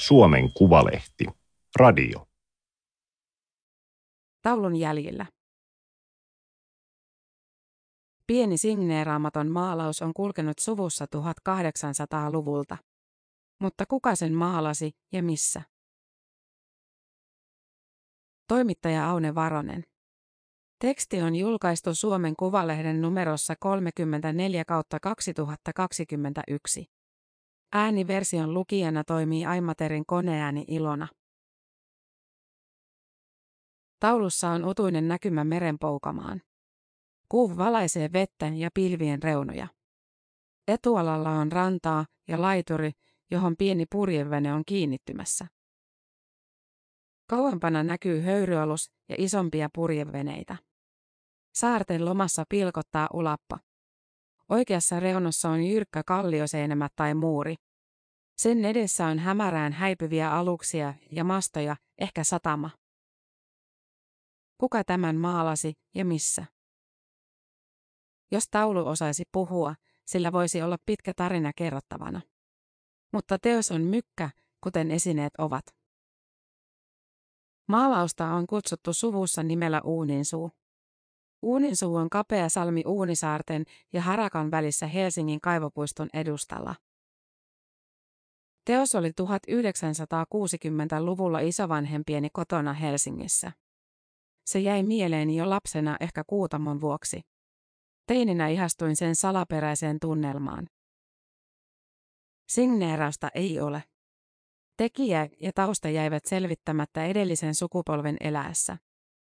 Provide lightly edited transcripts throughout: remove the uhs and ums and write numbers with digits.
Suomen Kuvalehti. Radio. Taulun jäljillä. Pieni signeeraamaton maalaus on kulkenut suvussa 1800-luvulta. Mutta kuka sen maalasi ja missä? Toimittaja Aune Varonen. Teksti on julkaistu Suomen Kuvalehden numerossa 34/2021. Ääniversion lukijana toimii Aimaterin koneääni Ilona. Taulussa on utuinen näkymä merenpoukamaan. Kuu valaisee vettä ja pilvien reunoja. Etualalla on rantaa ja laituri, johon pieni purjevene on kiinnittymässä. Kauempana näkyy höyryalus ja isompia purjeveneitä. Saarten lomassa pilkottaa ulappa. Oikeassa reunassa on jyrkkä kallioseinämä tai muuri. Sen edessä on hämärään häipyviä aluksia ja mastoja, ehkä satama. Kuka tämän maalasi ja missä? Jos taulu osaisi puhua, sillä voisi olla pitkä tarina kerrottavana. Mutta teos on mykkä, kuten esineet ovat. Maalausta on kutsuttu suvussa nimellä Uuninsuu. Uuninsuu on kapea salmi Uunisaarten ja Harakan välissä Helsingin kaivopuiston edustalla. Teos oli 1960-luvulla isovanhempieni kotona Helsingissä. Se jäi mieleeni jo lapsena ehkä Kuutamon vuoksi. Teininä ihastuin sen salaperäiseen tunnelmaan. Signeerausta ei ole. Tekijä ja tausta jäivät selvittämättä edellisen sukupolven eläessä.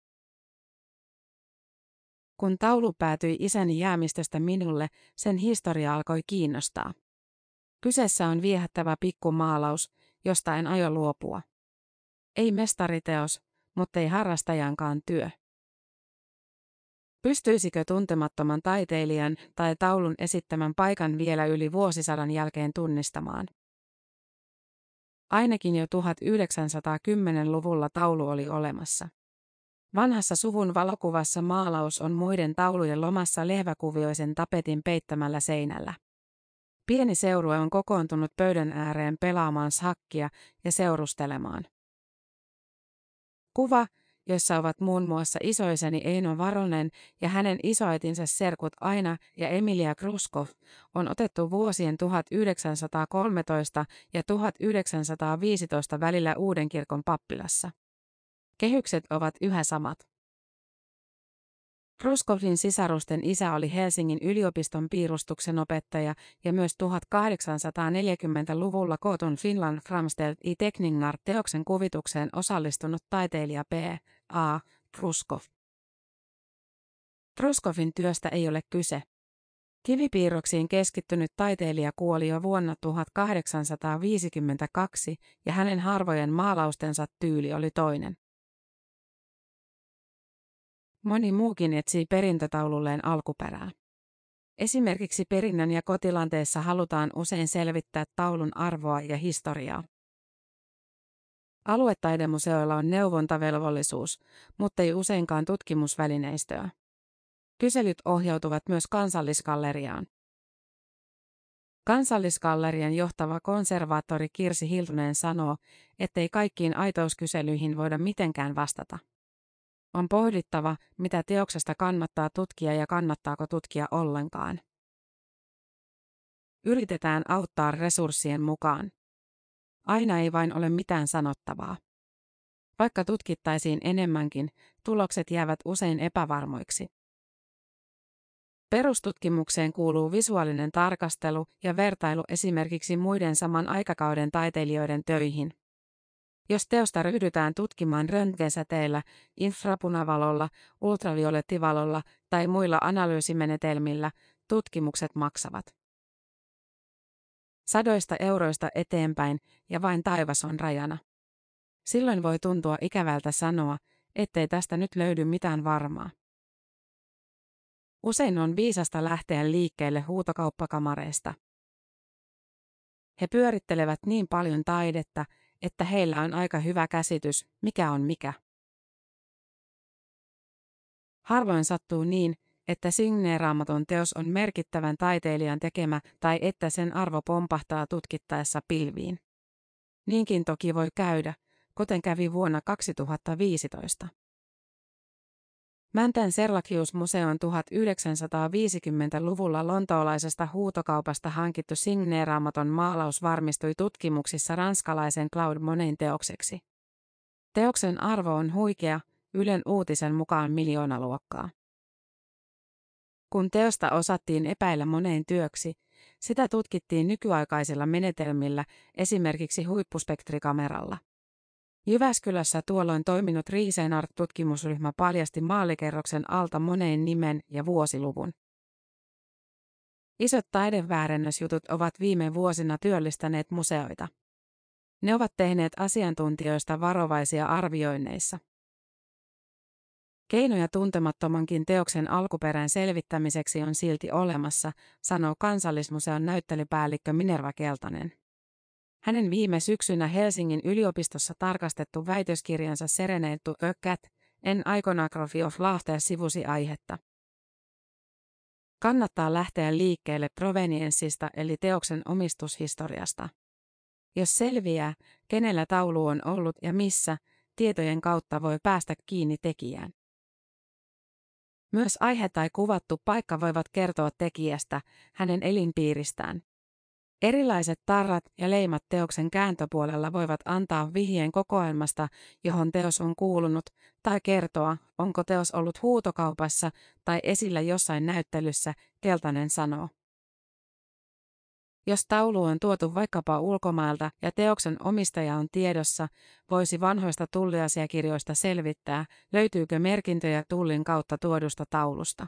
Kun taulu päätyi isäni jäämistöstä minulle, sen historia alkoi kiinnostaa. Kyseessä on viehättävä pikkumaalaus, josta en aio luopua. Ei mestariteos, mutta ei harrastajankaan työ. Pystyisikö tuntemattoman taiteilijan tai taulun esittämän paikan vielä yli vuosisadan jälkeen tunnistamaan? Ainakin jo 1910-luvulla taulu oli olemassa. Vanhassa suvun valokuvassa maalaus on muiden taulujen lomassa lehväkuvioisen tapetin peittämällä seinällä. Pieni seurue on kokoontunut pöydän ääreen pelaamaan shakkia ja seurustelemaan. Kuva, jossa ovat muun muassa isoisäni Eino Varonen ja hänen isoäitinsä serkut Aina ja Emilia Kruskov, on otettu vuosien 1913 ja 1915 välillä Uudenkirkon pappilassa. Kehykset ovat yhä samat. Kruskovin sisarusten isä oli Helsingin yliopiston piirustuksen opettaja ja myös 1840-luvulla kootun Finland framställd i teckningar-teoksen kuvitukseen osallistunut taiteilija P. A. Kruskov. Kruskovin työstä ei ole kyse. Kivipiirroksiin keskittynyt taiteilija kuoli jo vuonna 1852 ja hänen harvojen maalaustensa tyyli oli toinen. Moni muukin etsii perintötaululleen alkuperää. Esimerkiksi perinnön ja kotilanteessa halutaan usein selvittää taulun arvoa ja historiaa. Aluetaidemuseoilla on neuvontavelvollisuus, mutta ei useinkaan tutkimusvälineistöä. Kyselyt ohjautuvat myös Kansallisgalleriaan. Kansallisgallerian johtava konservaattori Kirsi Hiltunen sanoo, ettei kaikkiin aitouskyselyihin voida mitenkään vastata. On pohdittava, mitä teoksesta kannattaa tutkia ja kannattaako tutkia ollenkaan. Yritetään auttaa resurssien mukaan. Aina ei vain ole mitään sanottavaa. Vaikka tutkittaisiin enemmänkin, tulokset jäävät usein epävarmoiksi. Perustutkimukseen kuuluu visuaalinen tarkastelu ja vertailu esimerkiksi muiden saman aikakauden taiteilijoiden töihin. Jos teosta ryhdytään tutkimaan röntgensäteillä, infrapunavalolla, ultraviolettivalolla tai muilla analyysimenetelmillä, tutkimukset maksavat sadoista euroista eteenpäin ja vain taivas on rajana. Silloin voi tuntua ikävältä sanoa, ettei tästä nyt löydy mitään varmaa. Usein on viisasta lähteä liikkeelle huutokauppakamareista. He pyörittelevät niin paljon taidetta, että heillä on aika hyvä käsitys, mikä on mikä. Harvoin sattuu niin, että signeeraamaton teos on merkittävän taiteilijan tekemä tai että sen arvo pompahtaa tutkittaessa pilviin. Niinkin toki voi käydä, kuten kävi vuonna 2015. Mäntän Serlachius-museon 1950-luvulla lontoolaisesta huutokaupasta hankittu signeeraamaton maalaus varmistui tutkimuksissa ranskalaisen Claude Monetin teokseksi. Teoksen arvo on huikea, Ylen uutisen mukaan miljoonaluokkaa. Kun teosta osattiin epäillä Monetin työksi, sitä tutkittiin nykyaikaisilla menetelmillä, esimerkiksi huippuspektrikameralla. Jyväskylässä tuolloin toiminut Riesenart-tutkimusryhmä paljasti maalikerroksen alta Monetin nimen ja vuosiluvun. Isot taideväärennösjutut ovat viime vuosina työllistäneet museoita. Ne ovat tehneet asiantuntijoista varovaisia arvioinneissa. Keinoja tuntemattomankin teoksen alkuperän selvittämiseksi on silti olemassa, sanoo Kansallismuseon näyttelypäällikkö Minerva Keltanen. Hänen viime syksynä Helsingin yliopistossa tarkastettu väitöskirjansa Serenade to a Cat, an Iconography of Laughter sivusi aihetta. Kannattaa lähteä liikkeelle provenienssista eli teoksen omistushistoriasta. Jos selviää, kenellä taulu on ollut ja missä, tietojen kautta voi päästä kiinni tekijään. Myös aihe tai kuvattu paikka voivat kertoa tekijästä, hänen elinpiiristään. Erilaiset tarrat ja leimat teoksen kääntöpuolella voivat antaa vihjeen kokoelmasta, johon teos on kuulunut, tai kertoa, onko teos ollut huutokaupassa tai esillä jossain näyttelyssä, Keltanen sanoo. Jos taulu on tuotu vaikkapa ulkomailta ja teoksen omistaja on tiedossa, voisi vanhoista tulliasiakirjoista selvittää, löytyykö merkintöjä tullin kautta tuodusta taulusta.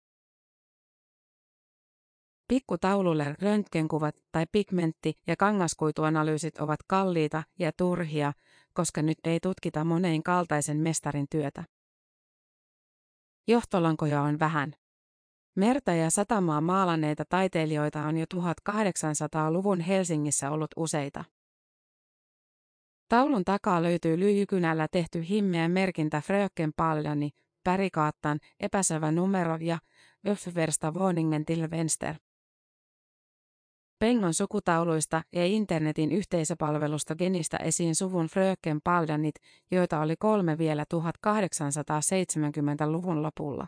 Pikkutaululle röntgenkuvat tai pigmentti- ja kangaskuituanalyysit ovat kalliita ja turhia, koska nyt ei tutkita Monetin kaltaisen mestarin työtä. Johtolankoja on vähän. Merta ja satamaa maalanneita taiteilijoita on jo 1800-luvun Helsingissä ollut useita. Taulun takaa löytyy lyijykynällä tehty himmeä merkintä Frökenpalljani, Pärikaattan, epäselvä numero ja Öfversta Våningen till vänster. Pengon sukutauluista ja internetin yhteisöpalvelusta Genistä esiin suvun Frökenpaljanit, joita oli 3 vielä 1870-luvun lopulla.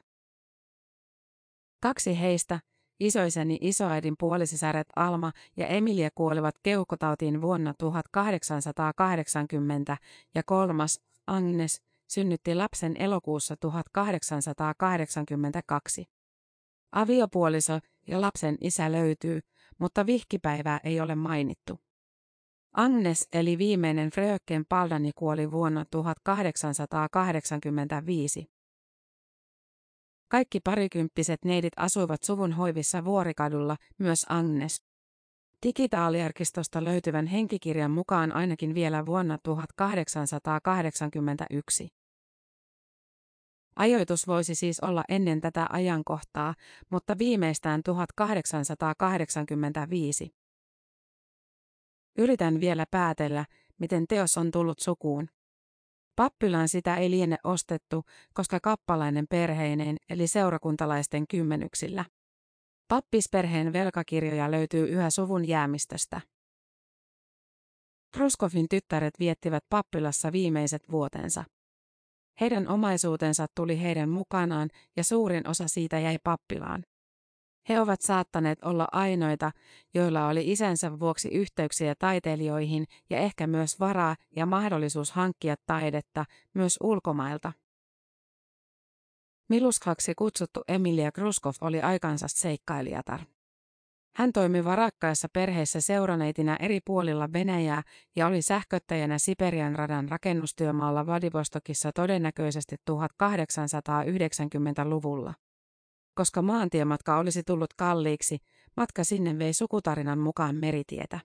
2 heistä, isoisäni isoäidin puolisisaret Alma ja Emilia kuolivat keuhkotautiin vuonna 1880 ja 3. Agnes synnytti lapsen elokuussa 1882. Aviopuoliso ja lapsen isä löytyy, mutta vihkipäivää ei ole mainittu. Agnes eli viimeinen Frökenpalljani kuoli vuonna 1885. Kaikki parikymppiset neidit asuivat suvun hoivissa Vuorikadulla, myös Agnes. Digitaaliarkistosta löytyvän henkikirjan mukaan ainakin vielä vuonna 1881. Ajoitus voisi siis olla ennen tätä ajankohtaa, mutta viimeistään 1885. Yritän vielä päätellä, miten teos on tullut sukuun. Pappilaan sitä ei liene ostettu, koska kappalainen perheineen eli seurakuntalaisten kymmenyksillä. Pappisperheen velkakirjoja löytyy yhä suvun jäämistöstä. Kruskovin tyttäret viettivät pappilassa viimeiset vuotensa. Heidän omaisuutensa tuli heidän mukanaan ja suurin osa siitä jäi pappilaan. He ovat saattaneet olla ainoita, joilla oli isänsä vuoksi yhteyksiä taiteilijoihin ja ehkä myös varaa ja mahdollisuus hankkia taidetta myös ulkomailta. Miluskaksi kutsuttu Emilia Kruskov oli aikansa seikkailijatar. Hän toimi varakkaissa perheissä seuraneitina eri puolilla Venäjää ja oli sähköttäjänä Siperian radan rakennustyömaalla Vladivostokissa todennäköisesti 1890-luvulla. Koska maantiematka olisi tullut kalliiksi, matka sinne vei sukutarinan mukaan meritietä.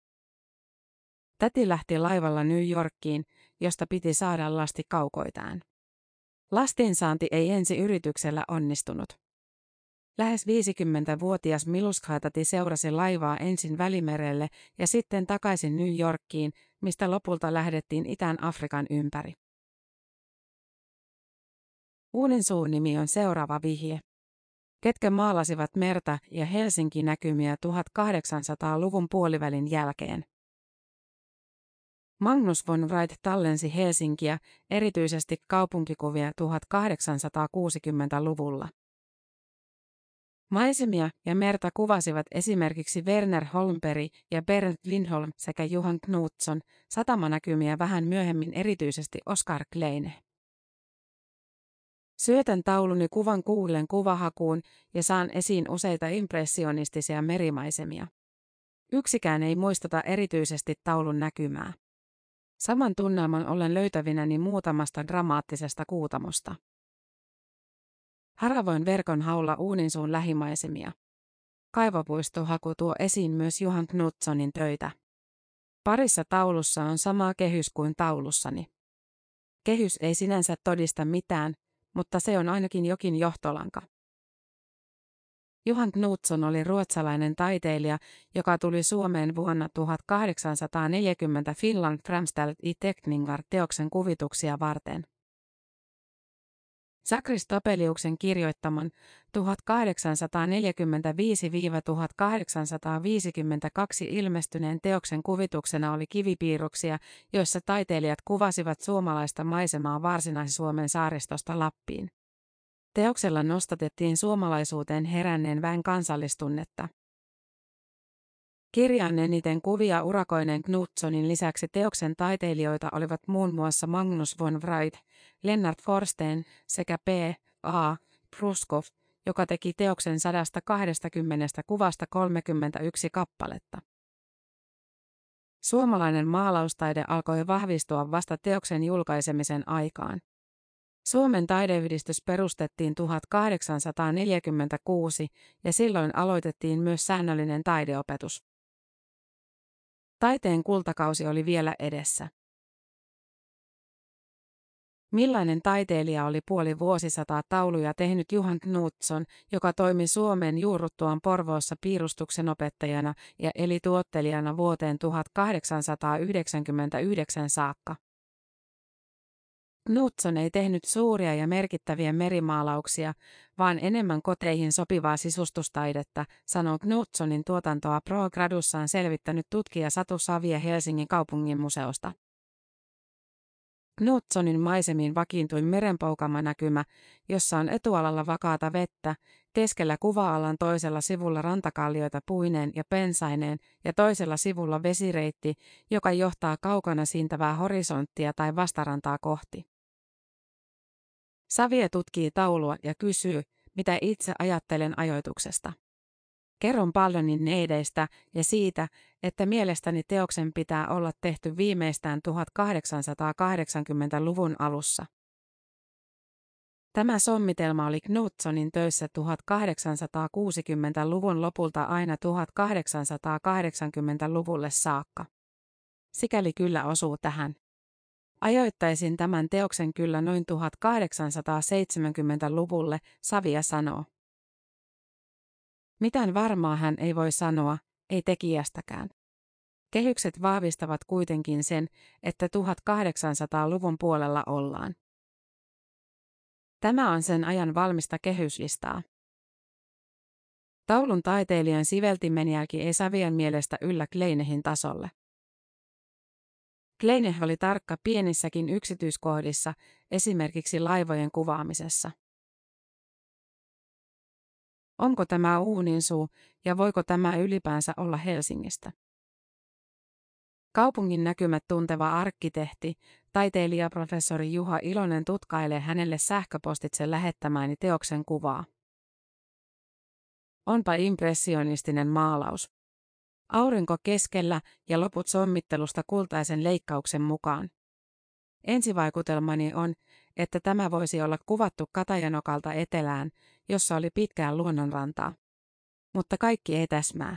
Täti lähti laivalla New Yorkiin, josta piti saada lasti kaukoitään. Lastinsaanti ei ensi yrityksellä onnistunut. Lähes 50-vuotias Miluska-täti seurasi laivaa ensin Välimerelle ja sitten takaisin New Yorkiin, mistä lopulta lähdettiin Itään Afrikan ympäri. Uuden suunimi on seuraava vihje. Ketkä maalasivat merta ja Helsinki-näkymiä 1800-luvun puolivälin jälkeen? Magnus von Wright tallensi Helsinkiä, erityisesti kaupunkikuvia 1860-luvulla. Maisemia ja merta kuvasivat esimerkiksi Werner Holmberg ja Bernd Lindholm sekä Johan Knutsson, satamanäkymiä vähän myöhemmin erityisesti Oskar Kleine. Syötän tauluni kuvan Googlen kuvahakuun ja saan esiin useita impressionistisia merimaisemia. Yksikään ei muistuta erityisesti taulun näkymää. Saman tunnelman olen löytävinäni muutamasta dramaattisesta kuutamosta. Haravoin verkon haulla Uuninsuun lähimaisemia. Kaivopuistohaku tuo esiin myös Johan Knutssonin töitä. Parissa taulussa on sama kehys kuin taulussani. Kehys ei sinänsä todista mitään, mutta se on ainakin jokin johtolanka. Johan Knutsson oli ruotsalainen taiteilija, joka tuli Suomeen vuonna 1840 Finland framställd i teckningar-teoksen kuvituksia varten. Sakris Topeliuksen kirjoittaman 1845–1852 ilmestyneen teoksen kuvituksena oli kivipiirroksia, joissa taiteilijat kuvasivat suomalaista maisemaa Varsinais-Suomen saaristosta Lappiin. Teoksella nostatettiin suomalaisuuteen heränneen väen kansallistunnetta. Kirjan eniten kuvia urakoineen Knutssonin lisäksi teoksen taiteilijoita olivat muun muassa Magnus von Wright, Lennart Forsten sekä P.A. Pruskov, joka teki teoksen 120 kuvasta 31 kappaletta. Suomalainen maalaustaide alkoi vahvistua vasta teoksen julkaisemisen aikaan. Suomen taideyhdistys perustettiin 1846 ja silloin aloitettiin myös säännöllinen taideopetus. Taiteen kultakausi oli vielä edessä. Millainen taiteilija oli puoli vuosisataa tauluja tehnyt Johan Knutsson, joka toimi Suomeen juurruttuaan Porvoossa piirustuksen opettajana ja eli tuottelijana vuoteen 1899 saakka? Knutsson ei tehnyt suuria ja merkittäviä merimaalauksia, vaan enemmän koteihin sopivaa sisustustaidetta, sanoo Knutssonin tuotantoa pro gradussaan selvittänyt tutkija Satu Savia Helsingin kaupunginmuseosta. Knutssonin maisemiin vakiintui merenpoukamanäkymä, jossa on etualalla vakaata vettä, keskellä kuva-alan toisella sivulla rantakallioita puineen ja pensaineen ja toisella sivulla vesireitti, joka johtaa kaukana siintävää horisonttia tai vastarantaa kohti. Savie tutkii taulua ja kysyy, mitä itse ajattelen ajoituksesta. Kerron Pallonin neideistä ja siitä, että mielestäni teoksen pitää olla tehty viimeistään 1880-luvun alussa. Tämä sommitelma oli Knutssonin töissä 1860-luvun lopulta aina 1880-luvulle saakka. Sikäli kyllä osuu tähän. Ajoittaisin tämän teoksen kyllä noin 1870-luvulle, Savia sanoo. Mitään varmaa hän ei voi sanoa, ei tekijästäkään. Kehykset vahvistavat kuitenkin sen, että 1800-luvun puolella ollaan. Tämä on sen ajan valmista kehyslistaa. Taulun taiteilijan siveltimenjälki ei Savian mielestä yllä Kleinehin tasolle. Kleine oli tarkka pienissäkin yksityiskohdissa, esimerkiksi laivojen kuvaamisessa. Onko tämä Uuninsuu ja voiko tämä ylipäänsä olla Helsingistä? Kaupungin näkymät tunteva arkkitehti, taiteilija professori Juha Ilonen tutkailee hänelle sähköpostitse lähettämääni teoksen kuvaa. Onpa impressionistinen maalaus. Aurinko keskellä ja loput sommittelusta kultaisen leikkauksen mukaan. Ensivaikutelmani on, että tämä voisi olla kuvattu Katajanokalta etelään, jossa oli pitkää luonnonrantaa. Mutta kaikki ei täsmää.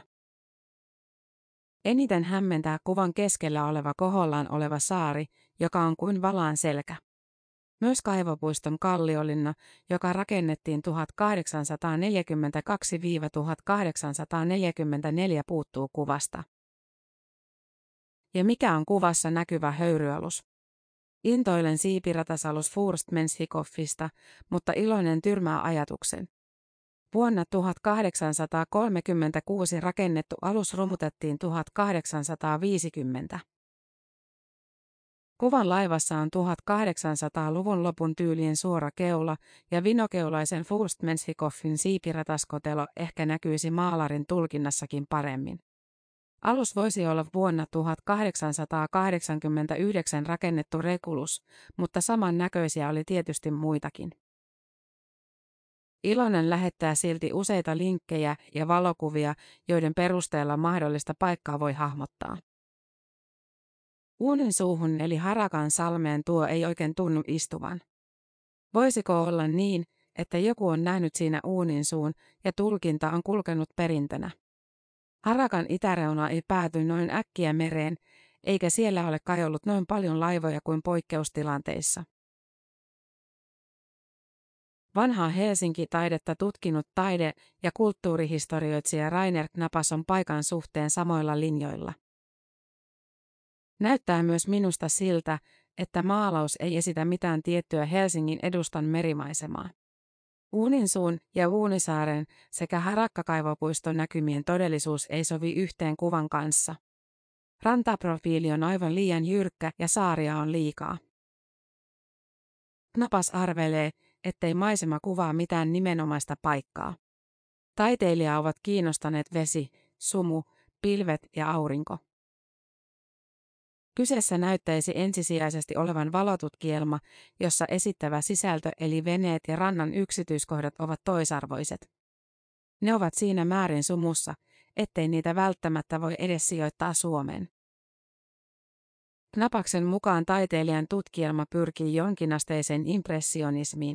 Eniten hämmentää kuvan keskellä oleva kohollaan oleva saari, joka on kuin valaan selkä. Myös kaivopuiston kalliolinna, joka rakennettiin 1842–1844 puuttuu kuvasta. Ja mikä on kuvassa näkyvä höyryalus? Intoilen siipiratasalus Furstmenshoffista, mutta Ilonen tyrmää ajatuksen. Vuonna 1836 rakennettu alus romutettiin 1850. Kuvan laivassa on 1800-luvun lopun tyylien suora keula ja vinokeulaisen Furstmenschikoffin siipirataskotelo ehkä näkyisi maalarin tulkinnassakin paremmin. Alus voisi olla vuonna 1889 rakennettu Regulus, mutta samannäköisiä oli tietysti muitakin. Ilonen lähettää silti useita linkkejä ja valokuvia, joiden perusteella mahdollista paikkaa voi hahmottaa. Uunin suuhun eli Harakan salmeen tuo ei oikein tunnu istuvan. Voisiko olla niin, että joku on nähnyt siinä uunin suun ja tulkinta on kulkenut perintönä? Harakan itäreuna ei pääty noin äkkiä mereen, eikä siellä ole kai ollut noin paljon laivoja kuin poikkeustilanteissa. Vanhaa Helsinki-taidetta tutkinut taide- ja kulttuurihistorioitsija Rainer Knapas on paikan suhteen samoilla linjoilla. Näyttää myös minusta siltä, että maalaus ei esitä mitään tiettyä Helsingin edustan merimaisemaa. Uuninsuun ja Uunisaaren sekä Harakkakaivopuiston näkymien todellisuus ei sovi yhteen kuvan kanssa. Rantaprofiili on aivan liian jyrkkä ja saaria on liikaa. Knapas arvelee, ettei maisema kuvaa mitään nimenomaista paikkaa. Taiteilijaa ovat kiinnostaneet vesi, sumu, pilvet ja aurinko. Kyseessä näyttäisi ensisijaisesti olevan valotutkielma, jossa esittävä sisältö eli veneet ja rannan yksityiskohdat ovat toisarvoiset. Ne ovat siinä määrin sumussa, ettei niitä välttämättä voi edes sijoittaa Suomeen. Knapaksen mukaan taiteilijan tutkielma pyrkii jonkinasteiseen impressionismiin.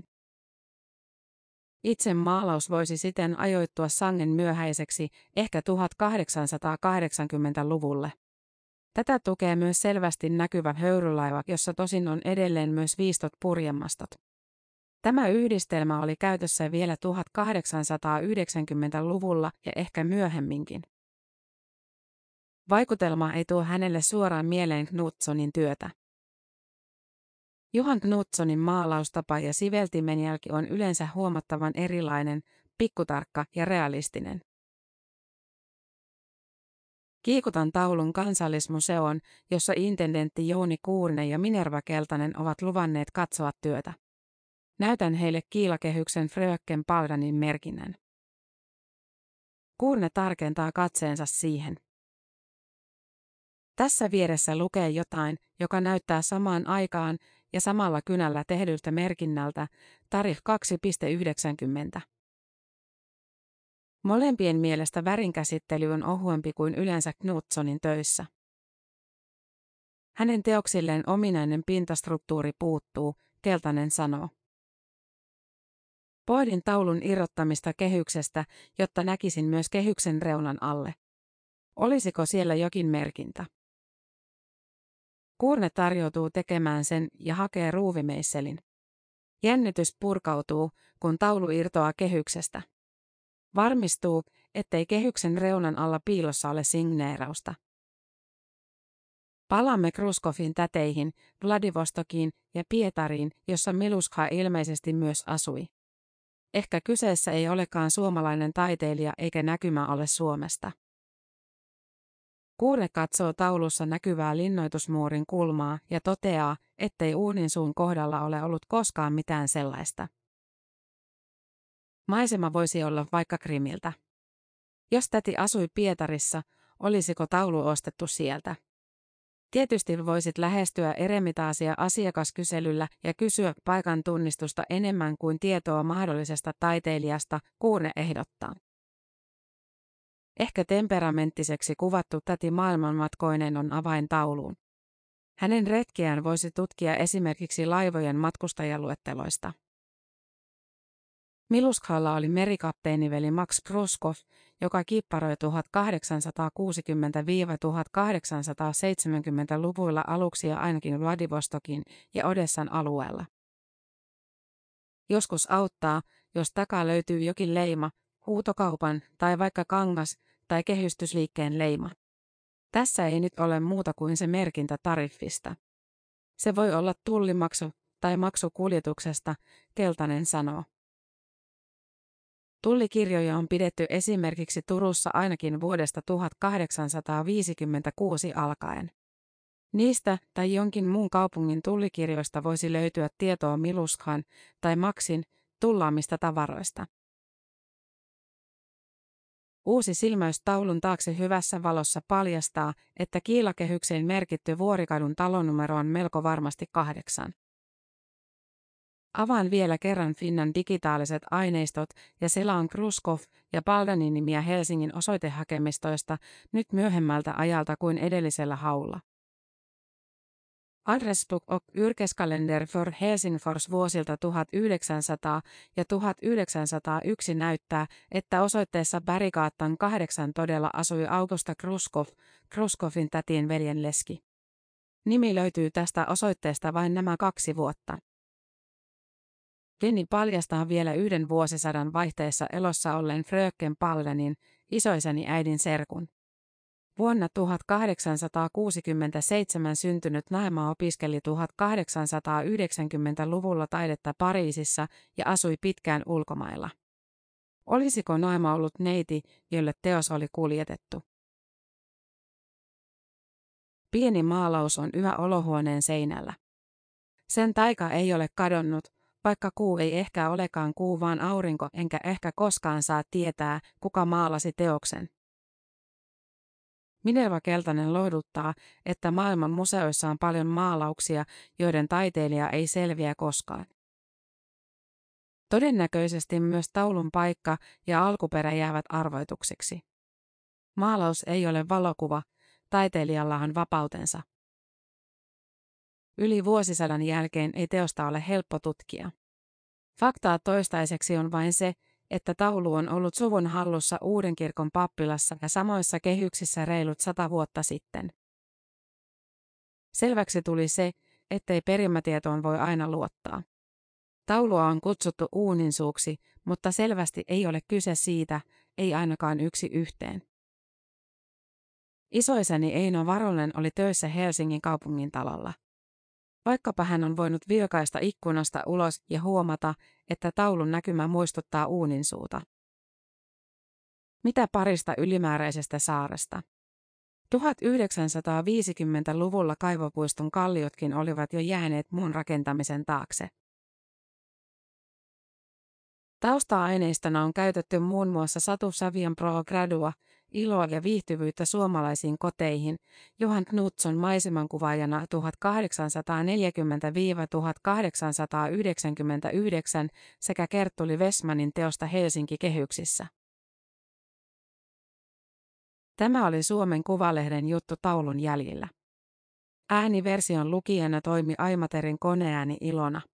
Itse maalaus voisi siten ajoittua sangen myöhäiseksi, ehkä 1880-luvulle. Tätä tukee myös selvästi näkyvä höyrylaiva, jossa tosin on edelleen myös viistot purjemastot. Tämä yhdistelmä oli käytössä vielä 1890-luvulla ja ehkä myöhemminkin. Vaikutelma ei tuo hänelle suoraan mieleen Knutssonin työtä. Johan Knutssonin maalaustapa ja siveltimenjälki on yleensä huomattavan erilainen, pikkutarkka ja realistinen. Kiikutan taulun Kansallismuseoon, jossa intendentti Jouni Kuurinen ja Minerva Keltanen ovat luvanneet katsoa työtä. Näytän heille kiilakehyksen Fröken Paldanin merkinnän. Kuurne tarkentaa katseensa siihen. Tässä vieressä lukee jotain, joka näyttää samaan aikaan ja samalla kynällä tehdyltä merkinnältä, tarif 2.90. Molempien mielestä värinkäsittely on ohuempi kuin yleensä Knutssonin töissä. Hänen teoksilleen ominainen pintastruktuuri puuttuu, Keltanen sanoo. Pohdin taulun irrottamista kehyksestä, jotta näkisin myös kehyksen reunan alle. Olisiko siellä jokin merkintä? Kuurne tarjoutuu tekemään sen ja hakee ruuvimeisselin. Jännitys purkautuu, kun taulu irtoaa kehyksestä. Varmistuu, ettei kehyksen reunan alla piilossa ole signeerausta. Palaamme Kruskofin täteihin, Vladivostokiin ja Pietariin, jossa Miluskha ilmeisesti myös asui. Ehkä kyseessä ei olekaan suomalainen taiteilija eikä näkymä ole Suomesta. Kuurne katsoo taulussa näkyvää linnoitusmuurin kulmaa ja toteaa, ettei Uuninsuun kohdalla ole ollut koskaan mitään sellaista. Maisema voisi olla vaikka Krimiltä. Jos täti asui Pietarissa, olisiko taulu ostettu sieltä? Tietysti voisit lähestyä Eremitaasia asiakaskyselyllä ja kysyä paikan tunnistusta enemmän kuin tietoa mahdollisesta taiteilijasta, Kuurne ehdottaa. Ehkä temperamenttiseksi kuvattu täti maailmanmatkoinen on avain tauluun. Hänen retkiään voisi tutkia esimerkiksi laivojen matkustajaluetteloista. Miluskhalla oli merikapteeniveli Max Kruskov, joka kipparoi 1860–1870-luvuilla aluksia ainakin Vladivostokin ja Odessan alueella. Joskus auttaa, jos takaa löytyy jokin leima, huutokaupan tai vaikka kangas- tai kehystysliikkeen leima. Tässä ei nyt ole muuta kuin se merkintä tariffista. Se voi olla tullimaksu tai maksu kuljetuksesta, Keltanen sanoo. Tullikirjoja on pidetty esimerkiksi Turussa ainakin vuodesta 1856 alkaen. Niistä tai jonkin muun kaupungin tullikirjoista voisi löytyä tietoa Miluskan tai Maxin tullaamista tavaroista. Uusi silmäys taulun taakse hyvässä valossa paljastaa, että kiilakehykseen merkitty Vuorikadun talonumero on melko varmasti 8. Avaan vielä kerran Finnan digitaaliset aineistot ja selaan Kruskov ja Baldanin nimiä Helsingin osoitehakemistoista nyt myöhemmältä ajalta kuin edellisellä haulla. Adressbok och yrkeskalender för Helsingfors vuosilta 1900 ja 1901 näyttää, että osoitteessa Berggatan 8 todella asui Augusta Kruskov, Kruskovin tätien veljenleski. Nimi löytyy tästä osoitteesta vain nämä 2 vuotta. Jenni paljastaa vielä yhden vuosisadan vaihteessa elossa olleen Fröken Baldanin, isoisäni äidin serkun. Vuonna 1867 syntynyt Naima opiskeli 1890-luvulla taidetta Pariisissa ja asui pitkään ulkomailla. Olisiko Naima ollut neiti, jolle teos oli kuljetettu? Pieni maalaus on yhä olohuoneen seinällä. Sen taika ei ole kadonnut, vaikka kuu ei ehkä olekaan kuu vaan aurinko, enkä ehkä koskaan saa tietää, kuka maalasi teoksen. Minerva Keltanen lohduttaa, että maailman museoissa on paljon maalauksia, joiden taiteilija ei selviä koskaan. Todennäköisesti myös taulun paikka ja alkuperä jäävät arvoituksiksi. Maalaus ei ole valokuva, taiteilijalla on vapautensa. Yli vuosisadan jälkeen ei teosta ole helppo tutkia. Faktaa toistaiseksi on vain se, että taulu on ollut suvun hallussa Uudenkirkon pappilassa ja samoissa kehyksissä reilut 100 vuotta sitten. Selväksi tuli se, ettei perimätietoon voi aina luottaa. Taulua on kutsuttu uuninsuuksi, mutta selvästi ei ole kyse siitä, ei ainakaan 1:1. Isoisäni Eino Varonen oli töissä Helsingin kaupungintalolla. Vaikkapa hän on voinut vilkaista ikkunasta ulos ja huomata, että taulun näkymä muistuttaa uuninsuuta. Mitä parista ylimääräisestä saaresta? 1950-luvulla Kaivopuiston kalliotkin olivat jo jääneet muun rakentamisen taakse. Tausta-aineistona on käytetty muun muassa Satu Savion Pro Gradua, iloa ja viihtyvyyttä suomalaisiin koteihin, Johan Knutsson maisemankuvaajana 1840–1899 sekä Kerttuli Wessmanin teosta Helsinki-kehyksissä. Tämä oli Suomen Kuvalehden juttu taulun jäljillä. Ääniversion lukijana toimi Aimaterin koneääni Ilona.